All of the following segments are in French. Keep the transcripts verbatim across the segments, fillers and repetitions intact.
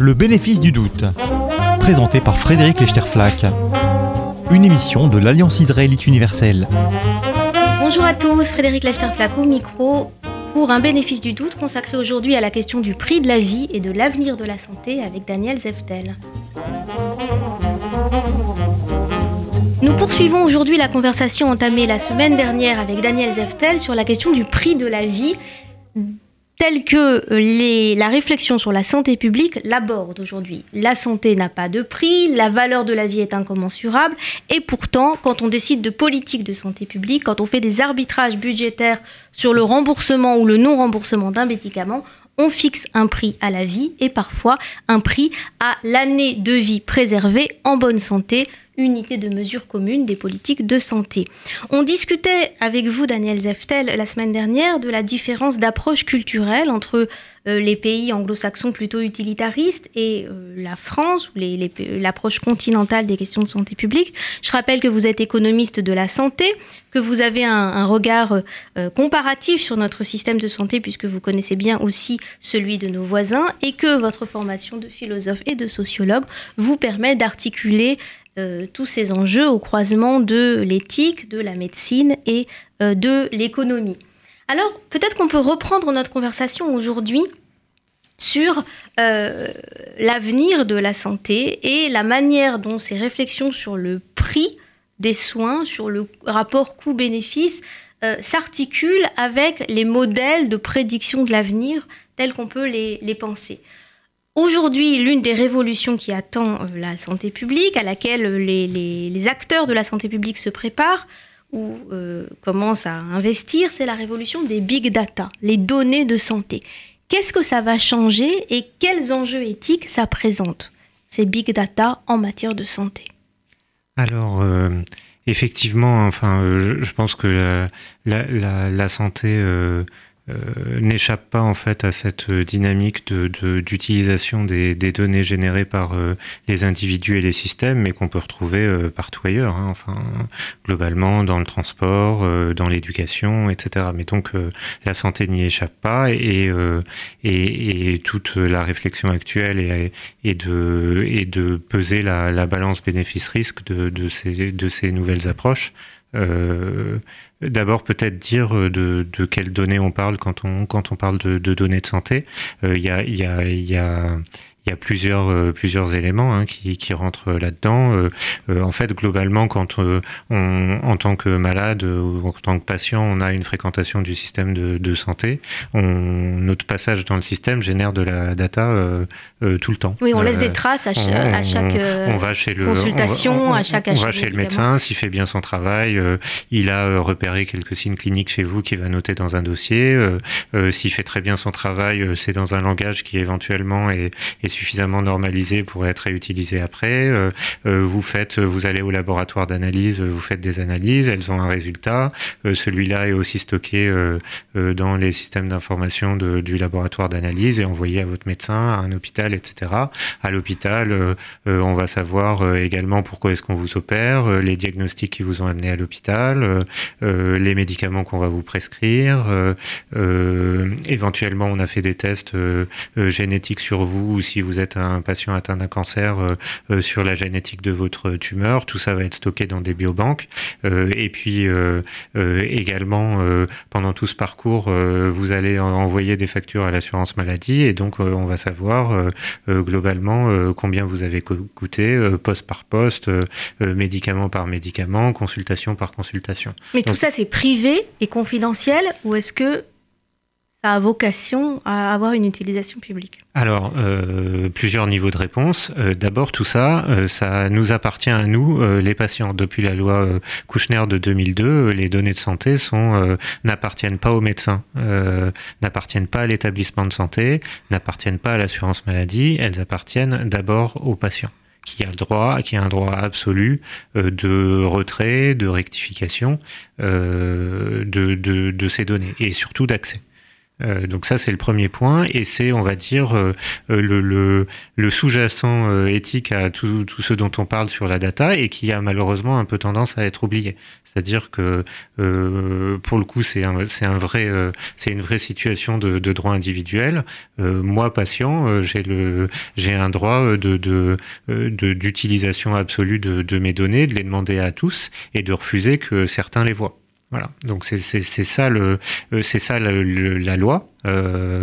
Le bénéfice du doute, présenté par Frédéric Lechterflack, une émission de l'Alliance israélite universelle. Bonjour à tous, Frédéric Lechterflack au micro pour un bénéfice du doute consacré aujourd'hui à la question du prix de la vie et de l'avenir de la santé avec Daniel Zeftel. Nous poursuivons aujourd'hui la conversation entamée la semaine dernière avec Daniel Zeftel sur la question du prix de la vie, telle que les, la réflexion sur la santé publique l'aborde aujourd'hui. La santé n'a pas de prix, la valeur de la vie est incommensurable, et pourtant, quand on décide de politique de santé publique, quand on fait des arbitrages budgétaires sur le remboursement ou le non-remboursement d'un médicament, on fixe un prix à la vie et parfois un prix à l'année de vie préservée en bonne santé, unité de mesure commune des politiques de santé. On discutait avec vous, Daniel Zeftel, la semaine dernière de la différence d'approche culturelle entre euh, les pays anglo-saxons plutôt utilitaristes et euh, la France, ou les, les, l'approche continentale des questions de santé publique. Je rappelle que vous êtes économiste de la santé, que vous avez un, un regard euh, comparatif sur notre système de santé puisque vous connaissez bien aussi celui de nos voisins et que votre formation de philosophe et de sociologue vous permet d'articuler Euh, tous ces enjeux au croisement de l'éthique, de la médecine et euh, de l'économie. Alors, peut-être qu'on peut reprendre notre conversation aujourd'hui sur euh, l'avenir de la santé et la manière dont ces réflexions sur le prix des soins, sur le rapport coût-bénéfice, euh, s'articulent avec les modèles de prédiction de l'avenir tels qu'on peut les, les penser. Aujourd'hui, l'une des révolutions qui attend la santé publique, à laquelle les, les, les acteurs de la santé publique se préparent ou euh, commencent à investir, c'est la révolution des big data, les données de santé. Qu'est-ce que ça va changer et quels enjeux éthiques ça présente, ces big data en matière de santé ? Alors, euh, effectivement, enfin, je, je pense que la, la, la, la santé... Euh, Euh, n'échappe pas en fait à cette dynamique de, de, d'utilisation des, des données générées par euh, les individus et les systèmes, mais qu'on peut retrouver euh, partout ailleurs, hein, enfin, globalement dans le transport, euh, dans l'éducation, et cetera. Mais donc euh, la santé n'y échappe pas et, euh, et, et toute la réflexion actuelle est, est, de, est de peser la, la balance bénéfice-risque de, de, ces, de ces nouvelles approches. Euh, D'abord, peut-être dire de, de quelles données on parle quand on, quand on parle de, de données de santé. Il euh, y a, y a, y a Il y a plusieurs, euh, plusieurs éléments hein, qui, qui rentrent là-dedans. Euh, euh, en fait, globalement, quand euh, on, en tant que malade euh, ou en tant que patient, on a une fréquentation du système de, de santé, on, notre passage dans le système génère de la data euh, euh, tout le temps. Oui, on laisse euh, des traces à, ch- on, à chaque on, on va chez le, consultation, on va, on, à chaque on achat. On va chez le médecin, s'il fait bien son travail, euh, il a euh, repéré quelques signes cliniques chez vous qu'il va noter dans un dossier. Euh, euh, s'il fait très bien son travail, euh, c'est dans un langage qui éventuellement est, est suffisamment normalisé pour être réutilisé après. Euh, euh, vous faites, vous allez au laboratoire d'analyse, vous faites des analyses, elles ont un résultat. Euh, celui-là est aussi stocké euh, euh, dans les systèmes d'information de, du laboratoire d'analyse et envoyé à votre médecin, à un hôpital, et cetera. À l'hôpital, euh, euh, on va savoir euh, également pourquoi est-ce qu'on vous opère, euh, les diagnostics qui vous ont amené à l'hôpital, euh, euh, les médicaments qu'on va vous prescrire. Euh, euh, éventuellement, on a fait des tests euh, euh, génétiques sur vous ou si vous êtes un un patient atteint d'un cancer euh, euh, sur la génétique de votre tumeur. Tout ça va être stocké dans des biobanques. Euh, et puis euh, euh, également, euh, pendant tout ce parcours, euh, vous allez envoyer des factures à l'assurance maladie et donc euh, on va savoir euh, euh, globalement euh, combien vous avez coûté, euh, poste par poste, euh, euh, médicament par médicament, consultation par consultation. Mais donc, tout ça, c'est privé et confidentiel ou est-ce que ça a vocation à avoir une utilisation publique ? Alors, euh, plusieurs niveaux de réponse. Euh, d'abord, tout ça, euh, ça nous appartient à nous, euh, les patients. Depuis la loi euh, Kouchner de deux mille deux, euh, les données de santé sont, euh, n'appartiennent pas aux médecins, euh, n'appartiennent pas à l'établissement de santé, n'appartiennent pas à l'assurance maladie, elles appartiennent d'abord aux patients, qui a le droit, qui a un droit absolu euh, de retrait, de rectification euh, de, de, de ces données et surtout d'accès. Euh, donc ça, c'est le premier point, et c'est, on va dire, euh, le, le, le sous-jacent euh, éthique à tout, tout ce dont on parle sur la data, et qui a malheureusement un peu tendance à être oublié. C'est-à-dire que, euh, pour le coup, c'est, un, c'est, un vrai, euh, c'est une vraie situation de, de droit individuel. Euh, moi, patient, euh, j'ai, le, j'ai un droit de, de, de, d'utilisation absolue de, de mes données, de les demander à tous, et de refuser que certains les voient. Voilà, donc c'est, c'est, c'est ça, le, c'est ça le, le, la loi. Euh,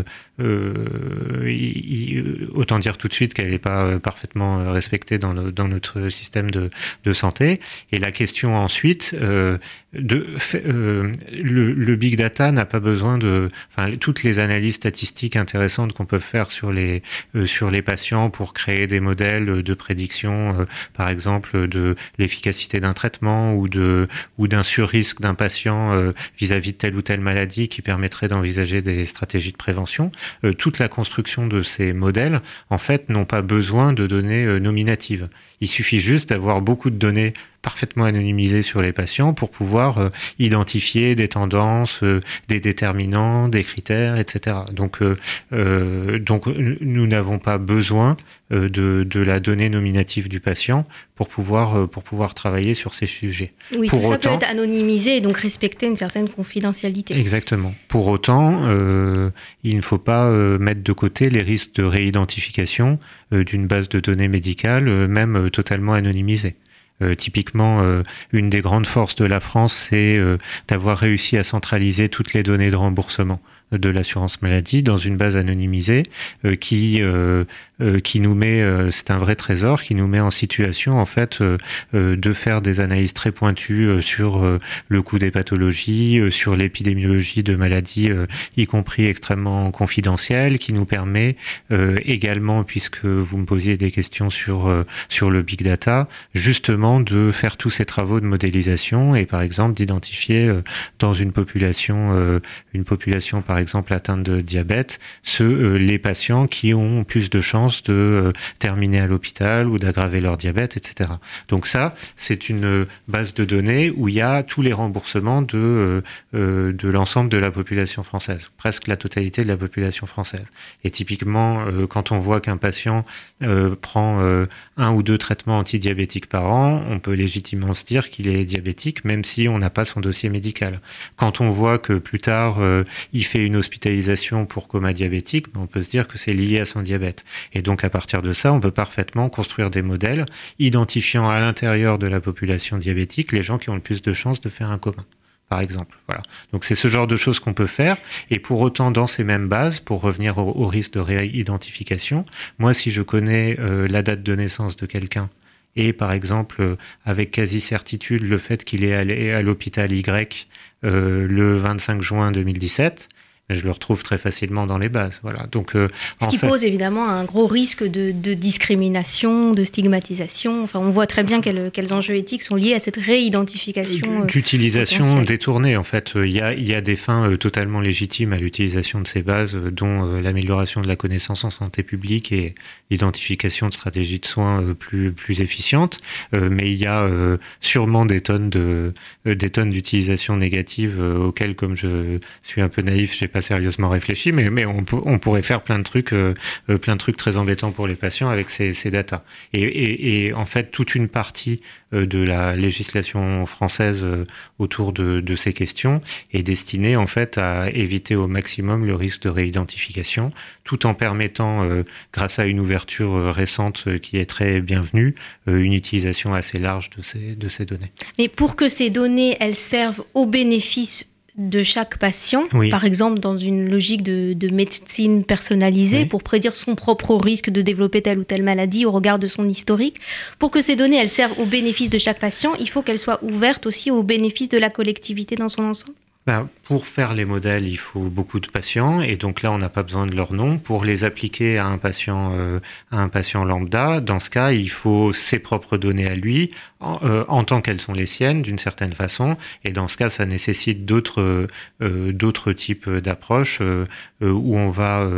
euh, il, il, autant dire tout de suite qu'elle n'est pas parfaitement respectée dans, le, dans notre système de, de santé. Et la question ensuite, euh, de, euh, le, le big data n'a pas besoin de, enfin, toutes les analyses statistiques intéressantes qu'on peut faire sur les euh, sur les patients pour créer des modèles de prédiction, euh, par exemple de l'efficacité d'un traitement ou de ou d'un surrisque d'un patient euh, vis-à-vis de telle ou telle maladie qui permettrait d'envisager des stratégies de prévention. Euh, toute la construction de ces modèles, en fait, n'ont pas besoin de données euh, nominatives. Il suffit juste d'avoir beaucoup de données parfaitement anonymisées sur les patients pour pouvoir euh, identifier des tendances, euh, des déterminants, des critères, et cetera. Donc, euh, euh, donc nous n'avons pas besoin euh, de, de la donnée nominative du patient pour pouvoir, euh, pour pouvoir travailler sur ces sujets. Oui, pour tout ça autant, peut être anonymisé et donc respecter une certaine confidentialité. Exactement. Pour autant, euh, il ne faut pas euh, mettre de côté les risques de réidentification euh, d'une base de données médicale, euh, même euh, totalement anonymisée. Euh, typiquement, euh, une des grandes forces de la France, c'est euh, d'avoir réussi à centraliser toutes les données de remboursement de l'assurance maladie dans une base anonymisée euh, qui euh, euh, qui nous met, euh, c'est un vrai trésor, qui nous met en situation en fait euh, euh, de faire des analyses très pointues euh, sur euh, le coût des pathologies, euh, sur l'épidémiologie de maladies, euh, y compris extrêmement confidentielles, qui nous permet euh, également, puisque vous me posiez des questions sur euh, sur le big data, justement de faire tous ces travaux de modélisation et par exemple d'identifier euh, dans une population euh, une population par exemple atteinte de diabète, ceux, euh, les patients qui ont plus de chances de euh, terminer à l'hôpital ou d'aggraver leur diabète, et cetera. Donc ça, c'est une base de données où il y a tous les remboursements de, euh, de l'ensemble de la population française, presque la totalité de la population française. Et typiquement, euh, quand on voit qu'un patient euh, prend euh, un ou deux traitements antidiabétiques par an, on peut légitimement se dire qu'il est diabétique, même si on n'a pas son dossier médical. Quand on voit que plus tard, euh, il fait une hospitalisation pour coma diabétique, on peut se dire que c'est lié à son diabète. Et donc, à partir de ça, on peut parfaitement construire des modèles identifiant à l'intérieur de la population diabétique les gens qui ont le plus de chances de faire un coma, par exemple. Voilà. Donc, c'est ce genre de choses qu'on peut faire. Et pour autant, dans ces mêmes bases, pour revenir au, au risque de réidentification, moi, si je connais euh, la date de naissance de quelqu'un et, par exemple, euh, avec quasi-certitude, le fait qu'il est allé à l'hôpital Y euh, le vingt-cinq juin deux mille dix-sept, je le retrouve très facilement dans les bases. Voilà. Donc, euh, Ce qui fait... pose évidemment un gros risque de, de discrimination, de stigmatisation. Enfin, on voit très bien quels, quels enjeux éthiques sont liés à cette réidentification. Euh, D'utilisation détournée, en fait. Il y a, il y a des fins euh, totalement légitimes à l'utilisation de ces bases, euh, dont euh, l'amélioration de la connaissance en santé publique et l'identification de stratégies de soins euh, plus, plus efficientes. Euh, mais il y a euh, sûrement des tonnes, de, euh, des tonnes d'utilisation négative euh, auxquelles, comme je suis un peu naïf, j'ai pas sérieusement réfléchi, mais, mais on, on pourrait faire plein de trucs, euh, plein de trucs très embêtants pour les patients avec ces, ces datas. Et, et, et en fait, toute une partie euh, de la législation française euh, autour de, de ces questions est destinée en fait à éviter au maximum le risque de réidentification, tout en permettant, euh, grâce à une ouverture euh, récente euh, qui est très bienvenue, euh, une utilisation assez large de ces, de ces données. Mais pour que ces données, elles servent au bénéfice de chaque patient, oui. Par exemple dans une logique de, de médecine personnalisée, oui. Pour prédire son propre risque de développer telle ou telle maladie au regard de son historique. Pour que ces données elles servent au bénéfice de chaque patient, il faut qu'elles soient ouvertes aussi au bénéfice de la collectivité dans son ensemble. Ben, pour faire les modèles, il faut beaucoup de patients et donc là, on n'a pas besoin de leur nom. Pour les appliquer à un patient, euh, à un patient lambda, dans ce cas, il faut ses propres données à lui, en, euh, en tant qu'elles sont les siennes, d'une certaine façon. Et dans ce cas, ça nécessite d'autres, euh, d'autres types d'approches euh, où on va euh,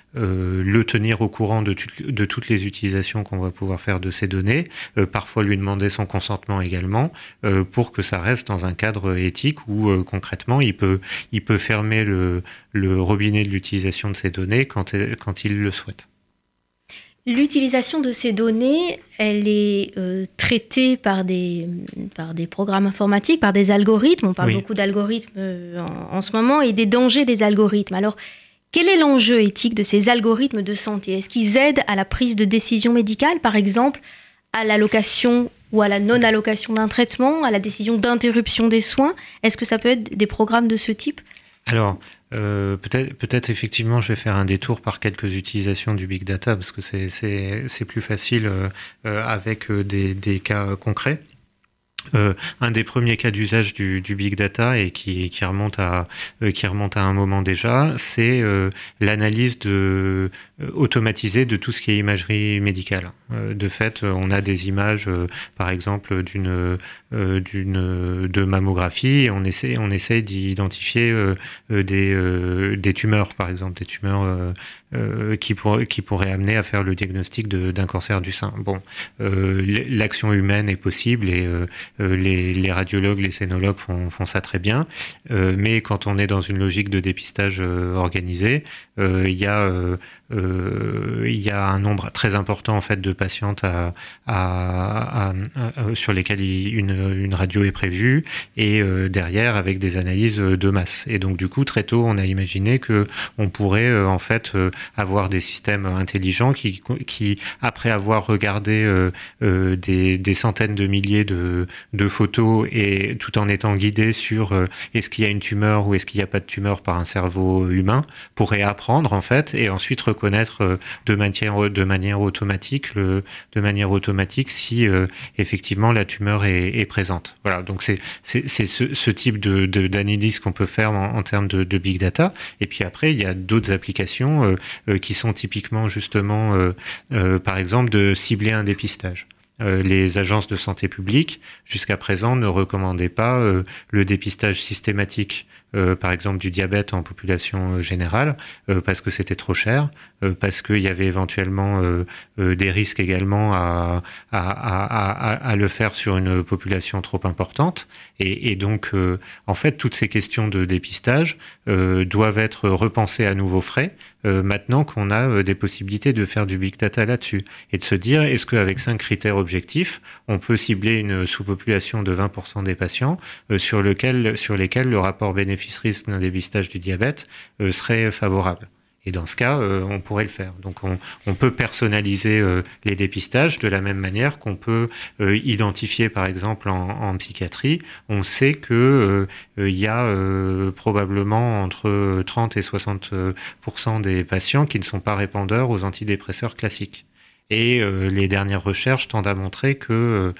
euh, le tenir au courant de, tu, de toutes les utilisations qu'on va pouvoir faire de ces données, euh, parfois lui demander son consentement également, euh, pour que ça reste dans un cadre éthique où euh, concrètement il peut, il peut fermer le, le robinet de l'utilisation de ces données quand, quand il le souhaite. L'utilisation de ces données, elle est euh, traitée par des, par des programmes informatiques, par des algorithmes. On parle oui. beaucoup d'algorithmes euh, en, en ce moment et des dangers des algorithmes. Alors, quel est l'enjeu éthique de ces algorithmes de santé ? Est-ce qu'ils aident à la prise de décision médicale, par exemple, à l'allocation ou à la non-allocation d'un traitement, à la décision d'interruption des soins ? Est-ce que ça peut être des programmes de ce type ? Alors, euh, peut-être, peut-être effectivement, je vais faire un détour par quelques utilisations du big data parce que c'est, c'est, c'est plus facile euh, euh, avec des, des cas concrets. Euh, un des premiers cas d'usage du, du big data et qui, qui remonte à euh, qui remonte à un moment déjà, c'est euh, l'analyse de euh, automatisée de tout ce qui est imagerie médicale. Euh, de fait, on a des images, euh, par exemple, d'une euh, d'une de mammographie, et on essaie on essaie d'identifier euh, des euh, des tumeurs, par exemple, des tumeurs euh, euh, qui pour, qui pourraient amener à faire le diagnostic de, d'un cancer du sein. Bon, euh, l'action humaine est possible et euh, Euh, les, les radiologues, les scénologues font, font ça très bien, euh, mais quand on est dans une logique de dépistage euh, organisé, euh, il y a euh, euh, il y a un nombre très important en fait de patientes à, à, à, à, sur lesquelles une, une radio est prévue, et euh, derrière avec des analyses de masse. Et donc du coup très tôt on a imaginé que on pourrait euh, en fait euh, avoir des systèmes intelligents qui, qui après avoir regardé euh, euh, des, des centaines de milliers de de photos et tout en étant guidé sur euh, est-ce qu'il y a une tumeur ou est-ce qu'il n'y a pas de tumeur par un cerveau humain, pourrait apprendre en fait et ensuite reconnaître euh, de manière de manière automatique le, de manière automatique si euh, effectivement la tumeur est, est présente. Voilà, donc c'est c'est, c'est ce, ce type de, de d'analyse qu'on peut faire en, en termes de, de big data. Et puis après il y a d'autres applications euh, euh, qui sont typiquement justement euh, euh, par exemple de cibler un dépistage. Euh, les agences de santé publique, jusqu'à présent, ne recommandaient pas euh, le dépistage systématique, euh, par exemple du diabète en population euh, générale, euh, parce que c'était trop cher, euh, parce qu'il y avait éventuellement euh, euh, des risques également à, à, à, à, à le faire sur une population trop importante. Et, et donc, euh, en fait, toutes ces questions de dépistage euh, doivent être repensées à nouveau frais, euh, maintenant qu'on a euh, des possibilités de faire du big data là-dessus, et de se dire, est-ce qu'avec cinq critères objectifs, on peut cibler une sous-population de vingt pour cent des patients euh, sur, lequel, sur lesquels le rapport bénéfice-risque d'un dépistage du diabète euh, serait favorable. Et dans ce cas, euh, on pourrait le faire. Donc, on, on peut personnaliser euh, les dépistages de la même manière qu'on peut euh, identifier, par exemple, en, en psychiatrie. On sait que euh, il y a euh, probablement entre trente et soixante pour cent des patients qui ne sont pas répondeurs aux antidépresseurs classiques. Et euh, les dernières recherches tendent à montrer que,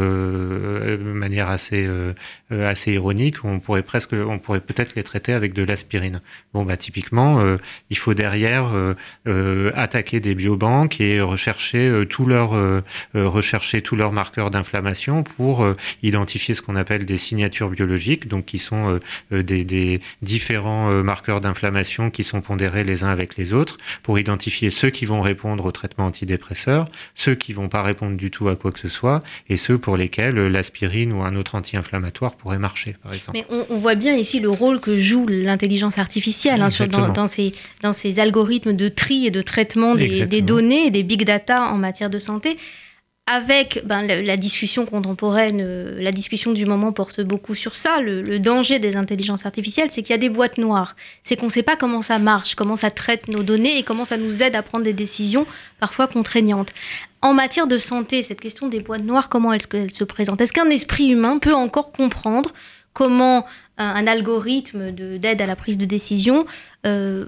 euh, de manière assez euh, assez ironique, on pourrait presque, on pourrait peut-être les traiter avec de l'aspirine. Bon, bah typiquement, euh, il faut derrière euh, euh, attaquer des biobanques et rechercher euh, tous leurs euh, rechercher tous leurs marqueurs d'inflammation pour euh, identifier ce qu'on appelle des signatures biologiques, donc qui sont euh, des, des différents euh, marqueurs d'inflammation qui sont pondérés les uns avec les autres, pour identifier ceux qui vont répondre au traitement antidépresseur, ceux qui vont pas répondre du tout à quoi que ce soit, et ceux pour lesquels l'aspirine ou un autre anti-inflammatoire pourrait marcher, par exemple. Mais on, on voit bien ici le rôle que joue l'intelligence artificielle hein, sur, dans, dans, ces, dans ces algorithmes de tri et de traitement des, des données et des big data en matière de santé. Avec ben, la, la discussion contemporaine, euh, la discussion du moment porte beaucoup sur ça. Le, le danger des intelligences artificielles, c'est qu'il y a des boîtes noires. C'est qu'on ne sait pas comment ça marche, comment ça traite nos données et comment ça nous aide à prendre des décisions parfois contraignantes. En matière de santé, cette question des boîtes noires, comment elle, elle se présente ? Est-ce qu'un esprit humain peut encore comprendre comment un, un algorithme de, d'aide à la prise de décision euh,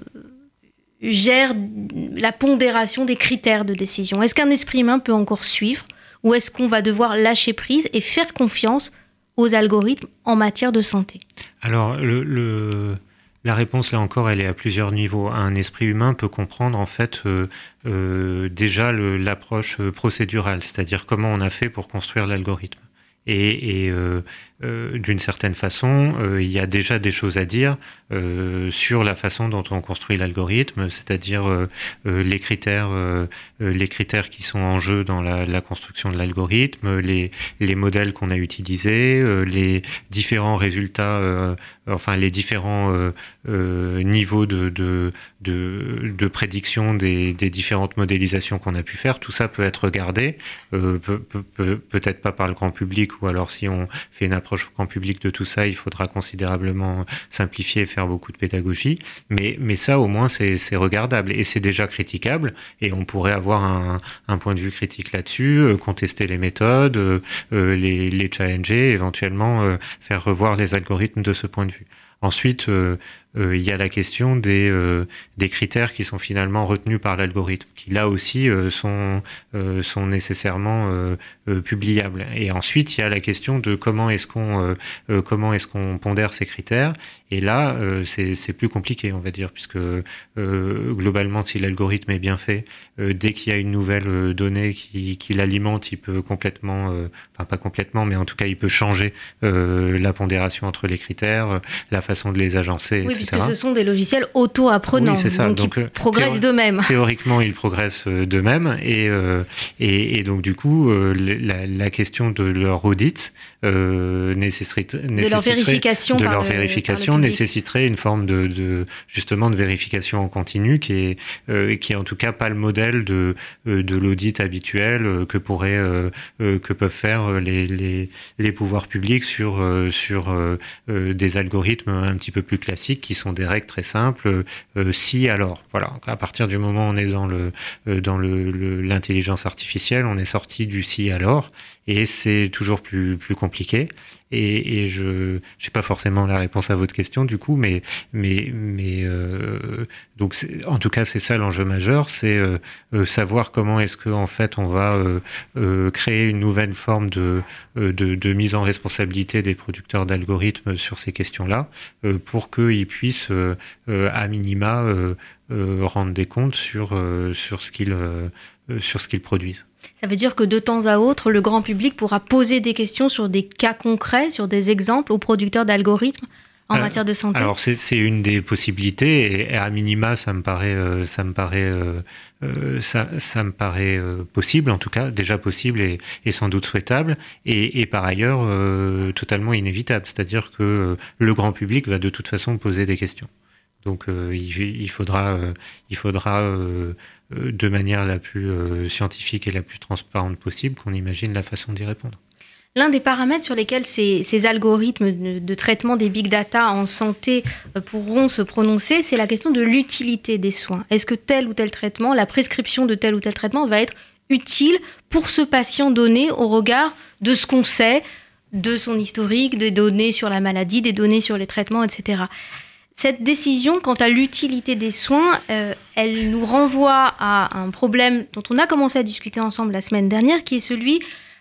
gère la pondération des critères de décision ? Est-ce qu'un esprit humain peut encore suivre ou est-ce qu'on va devoir lâcher prise et faire confiance aux algorithmes en matière de santé ? Alors, le, le, la réponse, là encore, elle est à plusieurs niveaux. Un esprit humain peut comprendre, en fait, euh, euh, déjà le, l'approche procédurale, c'est-à-dire comment on a fait pour construire l'algorithme. Et, et euh, euh, d'une certaine façon, euh, il y a déjà des choses à dire euh, sur la façon dont on construit l'algorithme, c'est-à-dire euh, euh, les critères, euh, les critères qui sont en jeu dans la, la construction de l'algorithme, les, les modèles qu'on a utilisés, euh, les différents résultats, euh, enfin les différents euh, euh, niveaux de, de, de, de prédiction des, des différentes modélisations qu'on a pu faire. Tout ça peut être regardé, euh, peut, peut, peut-être pas par le grand public, ou alors si on fait une approche grand public de tout ça, il faudra considérablement simplifier et faire beaucoup de pédagogie. Mais, mais ça, au moins, c'est, c'est regardable et c'est déjà critiquable. Et on pourrait avoir un, un point de vue critique là-dessus, euh, contester les méthodes, euh, les, les challenger, éventuellement euh, faire revoir les algorithmes de ce point de vue. Ensuite, euh, euh, il y a la question des, euh, des critères qui sont finalement retenus par l'algorithme, qui là aussi euh, sont, euh, sont nécessairement euh, euh, publiables. Et ensuite, il y a la question de comment est-ce qu'on, euh, euh, comment est-ce qu'on pondère ces critères. Et là, euh, c'est, c'est plus compliqué, on va dire, puisque euh, globalement, si l'algorithme est bien fait, euh, dès qu'il y a une nouvelle euh, donnée qui, qui l'alimente, il peut complètement, euh, enfin pas complètement, mais en tout cas, il peut changer euh, la pondération entre les critères, la façon de les agencer, oui, et cetera. Puisque ce sont des logiciels auto-apprenants, oui, c'est ça. donc, donc ils progressent théor- d'eux-mêmes. Théoriquement, ils progressent d'eux-mêmes, et, euh, et, et donc du coup, euh, la, la question de leur audit euh, nécessiterait, de leur vérification, de par leur le, vérification par le nécessiterait une forme de, de justement de vérification en continu qui est euh, qui est en tout cas pas le modèle de de l'audit habituel euh, que pourraient euh, euh, que peuvent faire les les, les pouvoirs publics sur euh, sur euh, des algorithmes un petit peu plus classiques qui sont des règles très simples, euh, si alors. Voilà. À partir du moment où on est dans le euh, dans le, le l'intelligence artificielle, on est sorti du si alors, et c'est toujours plus plus compliqué. Et, et je n'ai pas forcément la réponse à votre question du coup, mais mais mais euh, donc c'est, en tout cas c'est ça l'enjeu majeur, c'est euh, euh, savoir comment est-ce que en fait on va euh, euh, créer une nouvelle forme de, de de mise en responsabilité des producteurs d'algorithmes sur ces questions-là, euh, pour qu'ils puissent euh, euh, à minima euh, euh, rendre des comptes sur euh, sur ce qu'ils euh, sur ce qu'ils produisent. Ça veut dire que de temps à autre, le grand public pourra poser des questions sur des cas concrets, sur des exemples aux producteurs d'algorithmes en euh, matière de santé. Alors c'est, c'est une des possibilités, et à minima, ça me paraît, euh, ça me paraît, euh, euh, ça, ça me paraît euh, possible, en tout cas déjà possible et, et sans doute souhaitable, et, et par ailleurs euh, totalement inévitable. C'est-à-dire que euh, le grand public va de toute façon poser des questions. Donc euh, il, il faudra, euh, il faudra euh, euh, de manière la plus euh, scientifique et la plus transparente possible qu'on imagine la façon d'y répondre. L'un des paramètres sur lesquels ces, ces algorithmes de, de traitement des big data en santé pourront se prononcer, c'est la question de l'utilité des soins. Est-ce que tel ou tel traitement, la prescription de tel ou tel traitement va être utile pour ce patient donné au regard de ce qu'on sait, de son historique, des données sur la maladie, des données sur les traitements, et cetera. Cette décision quant à l'utilité des soins, euh, elle nous renvoie à un problème dont on a commencé à discuter ensemble la semaine dernière, qui est celui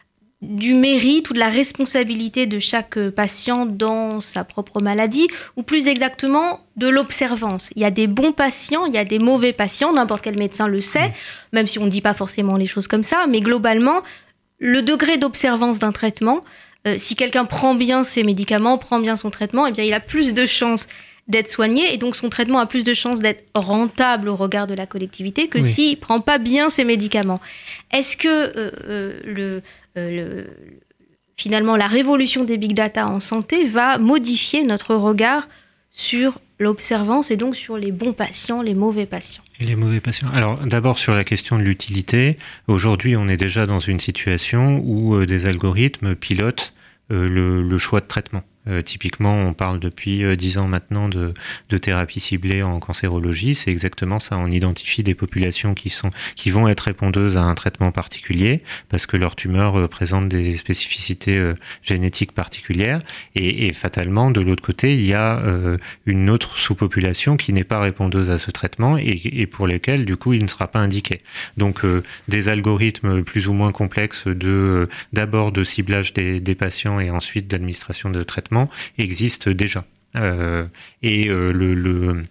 du mérite ou de la responsabilité de chaque patient dans sa propre maladie, ou plus exactement de l'observance. Il y a des bons patients, il y a des mauvais patients, n'importe quel médecin le sait, mmh. même si on ne dit pas forcément les choses comme ça, mais globalement, le degré d'observance d'un traitement, euh, si quelqu'un prend bien ses médicaments, prend bien son traitement, eh bien, il a plus de chances d'être soigné, et donc son traitement a plus de chances d'être rentable au regard de la collectivité que oui. s'il ne prend pas bien ses médicaments. Est-ce que euh, euh, le, euh, le, finalement la révolution des big data en santé va modifier notre regard sur l'observance et donc sur les bons patients, les mauvais patients? Et les mauvais patients. Alors d'abord sur la question de l'utilité, aujourd'hui on est déjà dans une situation où euh, des algorithmes pilotent euh, le, le choix de traitement. Euh, typiquement, on parle depuis euh, dix ans maintenant de, de thérapie ciblée en cancérologie. C'est exactement ça. On identifie des populations qui sont, qui vont être répondeuses à un traitement particulier parce que leur tumeur euh, présente des spécificités euh, génétiques particulières. Et, et fatalement, de l'autre côté, il y a euh, une autre sous-population qui n'est pas répondeuse à ce traitement et, et pour lesquelles, du coup, il ne sera pas indiqué. Donc, euh, des algorithmes plus ou moins complexes de, euh, d'abord de ciblage des, des patients et ensuite d'administration de traitement existe déjà. Euh, et euh, le, le,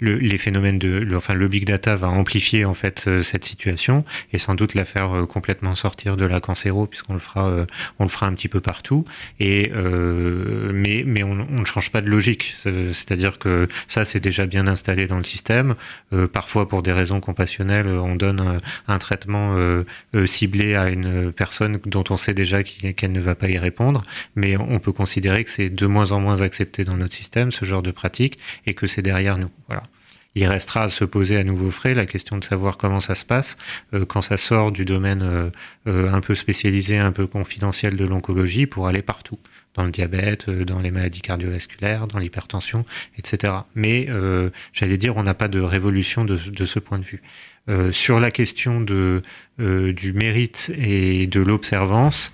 le, les phénomènes de, le, enfin le big data va amplifier en fait euh, cette situation et sans doute la faire euh, complètement sortir de la cancéro puisqu'on le fera, euh, on le fera un petit peu partout. Et euh, mais mais on, on ne change pas de logique. C'est-à-dire que ça c'est déjà bien installé dans le système. Euh, parfois pour des raisons compassionnelles, on donne un, un traitement euh, euh, ciblé à une personne dont on sait déjà qu'elle ne va pas y répondre. Mais on peut considérer que c'est de moins en moins accepté dans notre système, ce genre de pratique, et que c'est derrière nous. Voilà. Il restera à se poser à nouveau frais la question de savoir comment ça se passe euh, quand ça sort du domaine euh, euh, un peu spécialisé, un peu confidentiel de l'oncologie pour aller partout, dans le diabète, euh, dans les maladies cardiovasculaires, dans l'hypertension, et cetera. Mais euh, j'allais dire, on n'a pas de révolution de, de ce point de vue. Euh, sur la question de, euh, du mérite et de l'observance,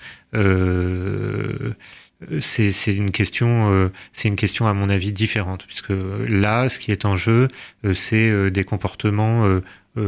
euh, C'est, c'est une question, euh, c'est une question à mon avis différente, puisque là, ce qui est en jeu, euh, c'est euh, des comportements euh,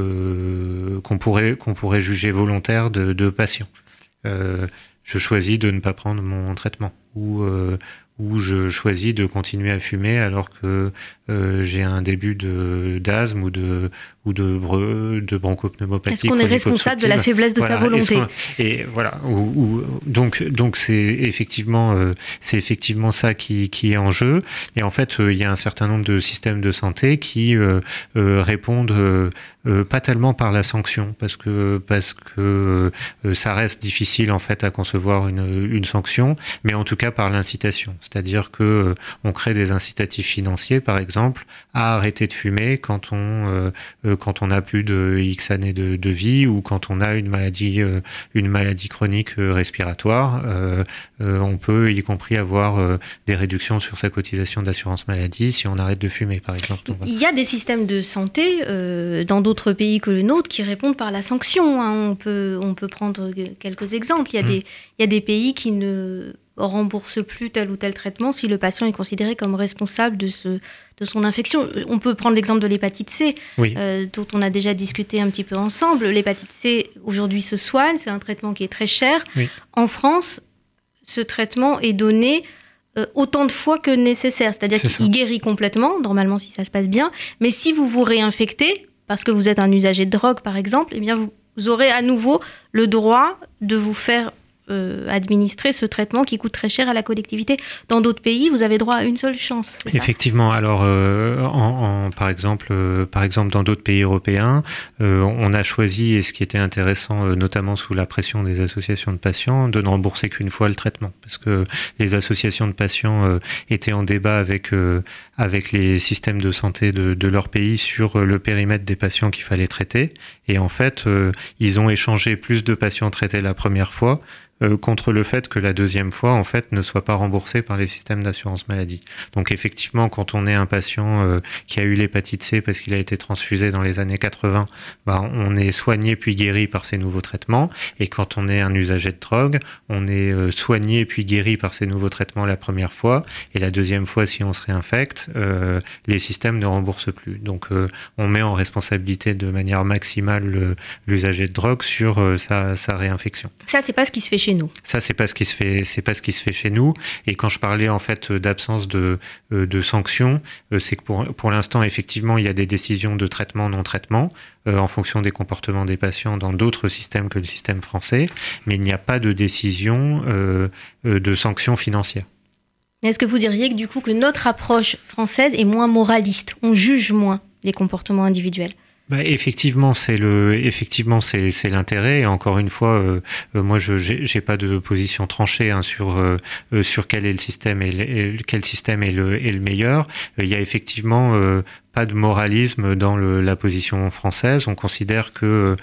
euh, qu'on pourrait qu'on pourrait juger volontaires de, de patients. Euh, je choisis de ne pas prendre mon traitement, ou euh, ou je choisis de continuer à fumer alors que euh, j'ai un début de d'asthme ou de ou de, de bronchopneumopathie. Est-ce qu'on est responsable de la faiblesse de voilà, sa volonté ? Et voilà. Ou, ou, donc donc c'est effectivement euh, c'est effectivement ça qui qui est en jeu. Et en fait euh, il y a un certain nombre de systèmes de santé qui euh, euh, répondent euh, euh, pas tellement par la sanction, parce que parce que euh, ça reste difficile en fait à concevoir une une sanction, mais en tout cas par l'incitation. C'est-à-dire que euh, on crée des incitatifs financiers, par exemple, à arrêter de fumer quand on euh, euh, quand on a plus de X années de, de vie ou quand on a une maladie euh, une maladie chronique euh, respiratoire. Euh, euh, on peut y compris avoir euh, des réductions sur sa cotisation d'assurance maladie si on arrête de fumer, par exemple. Donc, voilà. Il y a des systèmes de santé euh, dans d'autres pays que le nôtre qui répondent par la sanction. Hein. On peut on peut prendre quelques exemples. Il y a mmh. des il y a des pays qui ne rembourse plus tel ou tel traitement si le patient est considéré comme responsable de, ce, de son infection. On peut prendre l'exemple de l'hépatite C, oui. euh, dont on a déjà discuté un petit peu ensemble. L'hépatite C, aujourd'hui, se soigne. C'est un traitement qui est très cher. Oui. En France, ce traitement est donné euh, autant de fois que nécessaire. C'est-à-dire c'est qu'il ça. guérit complètement, normalement, si ça se passe bien. Mais si vous vous réinfectez, parce que vous êtes un usager de drogue, par exemple, eh bien, vous, vous aurez à nouveau le droit de vous faire Euh, administrer ce traitement qui coûte très cher à la collectivité. Dans d'autres pays, vous avez droit à une seule chance. C'est Effectivement. Ça Alors, euh, en, en, par exemple, euh, par exemple, dans d'autres pays européens, euh, on a choisi, et ce qui était intéressant, euh, notamment sous la pression des associations de patients, de ne rembourser qu'une fois le traitement, parce que les associations de patients euh, étaient en débat avec euh, avec les systèmes de santé de, de leur pays sur le périmètre des patients qu'il fallait traiter. Et en fait, euh, ils ont échangé plus de patients traités la première fois euh, contre le fait que la deuxième fois, en fait, ne soit pas remboursée par les systèmes d'assurance maladie. Donc effectivement, quand on est un patient euh, qui a eu l'hépatite C parce qu'il a été transfusé dans les années quatre-vingts, bah, on est soigné puis guéri par ces nouveaux traitements. Et quand on est un usager de drogue, on est euh, soigné puis guéri par ces nouveaux traitements la première fois. Et la deuxième fois, si on se réinfecte, euh, les systèmes ne remboursent plus. Donc euh, on met en responsabilité de manière maximale le, l'usager de drogue sur euh, sa, sa réinfection. Ça, c'est pas ce qui se fait chez nous. Ça, c'est pas ce qui se fait, c'est pas ce qui se fait chez nous. Et quand je parlais en fait d'absence de, de sanctions, c'est que pour, pour l'instant, effectivement, il y a des décisions de traitement, non-traitement, euh, en fonction des comportements des patients dans d'autres systèmes que le système français, mais il n'y a pas de décision euh, de sanctions financières. Est-ce que vous diriez que du coup que notre approche française est moins moraliste ? On juge moins les comportements individuels ? Bah, effectivement, c'est le, effectivement, c'est, c'est l'intérêt. Et encore une fois, euh, euh, moi, je j'ai, j'ai pas de position tranchée hein, sur euh, euh, sur quel est le système et, le, et quel système est le est le meilleur. Il y a effectivement euh, pas de moralisme dans le, la position française. On considère que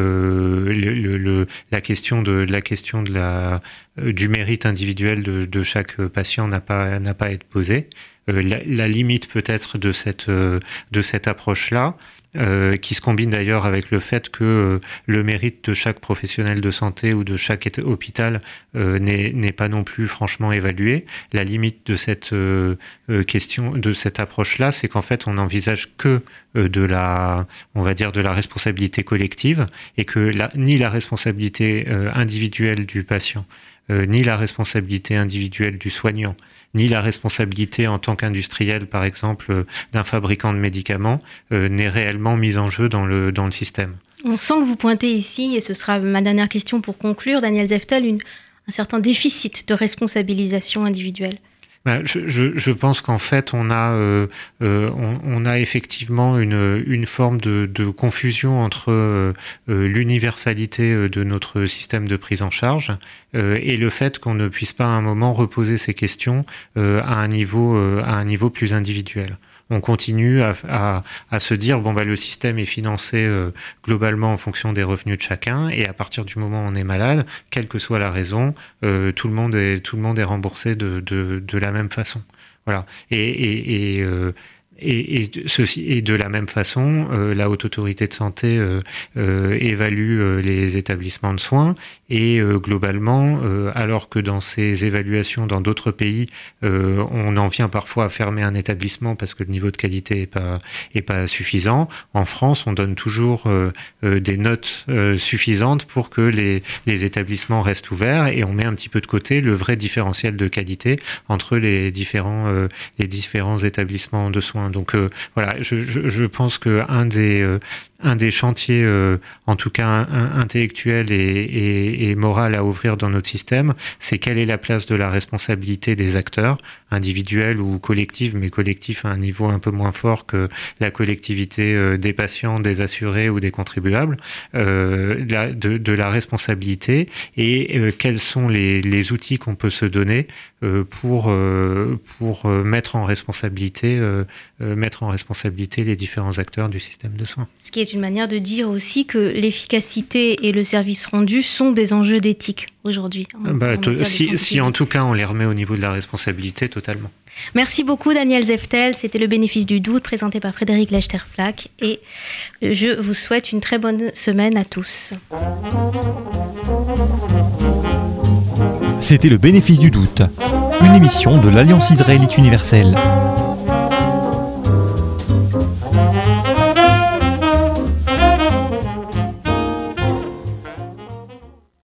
euh, le, le, le, la question de la question de la du mérite individuel de, de chaque patient n'a pas n'a pas à être posée. Euh, la, la limite peut-être de cette de cette approche-là. Euh, qui se combine d'ailleurs avec le fait que euh, le mérite de chaque professionnel de santé ou de chaque é- hôpital euh, n'est, n'est pas non plus franchement évalué. La limite de cette euh, euh, question, de cette approche-là, c'est qu'en fait, on n'envisage que euh, de la, on va dire, de la responsabilité collective et que la, ni la responsabilité euh, individuelle du patient euh, ni la responsabilité individuelle du soignant, ni la responsabilité en tant qu'industriel, par exemple, euh, d'un fabricant de médicaments, euh, n'est réellement mise en jeu dans le, dans le système. On sent que vous pointez ici, et ce sera ma dernière question pour conclure, Daniel Zeftel, une, un certain déficit de responsabilisation individuelle. Ben, je, je, je pense qu'en fait, on a, euh, euh, on, on a effectivement une, une forme de, de confusion entre euh, l'universalité de notre système de prise en charge euh, et le fait qu'on ne puisse pas à un moment reposer ces questions euh, à un niveau, euh, à un niveau plus individuel. On continue à, à, à se dire bon bah le système est financé euh, globalement en fonction des revenus de chacun, et à partir du moment où on est malade, quelle que soit la raison, euh, tout le monde est tout le monde est remboursé de de, de la même façon. Voilà. Et et, et euh, Et, et, ceci, et de la même façon, euh, la Haute Autorité de Santé euh, euh, évalue euh, les établissements de soins et euh, globalement, euh, alors que dans ces évaluations dans d'autres pays, euh, on en vient parfois à fermer un établissement parce que le niveau de qualité est pas est pas suffisant. En France, on donne toujours euh, euh, des notes euh, suffisantes pour que les les établissements restent ouverts, et on met un petit peu de côté le vrai différentiel de qualité entre les différents euh, les différents établissements de soins. Donc euh, voilà, je, je, je pense que un des euh, un des chantiers, euh, en tout cas un, un, intellectuel et, et, et moral à ouvrir dans notre système, c'est quelle est la place de la responsabilité des acteurs, individuels ou collectifs, mais collectifs à un niveau un peu moins fort que la collectivité euh, des patients, des assurés ou des contribuables, euh, la, de, de la responsabilité, et euh, quels sont les, les outils qu'on peut se donner euh, pour, euh, pour euh, mettre en responsabilité, euh, euh, mettre en responsabilité les différents acteurs du système de soins. Ce qui est une manière de dire aussi que l'efficacité et le service rendu sont des enjeux d'éthique aujourd'hui. En, bah, en to- si, si en tout cas on les remet au niveau de la responsabilité, totalement. Merci beaucoup Daniel Zeftel, c'était le bénéfice du doute présenté par Frédéric Lechterflack, et je vous souhaite une très bonne semaine à tous. C'était le bénéfice du doute, une émission de l'Alliance israélite universelle.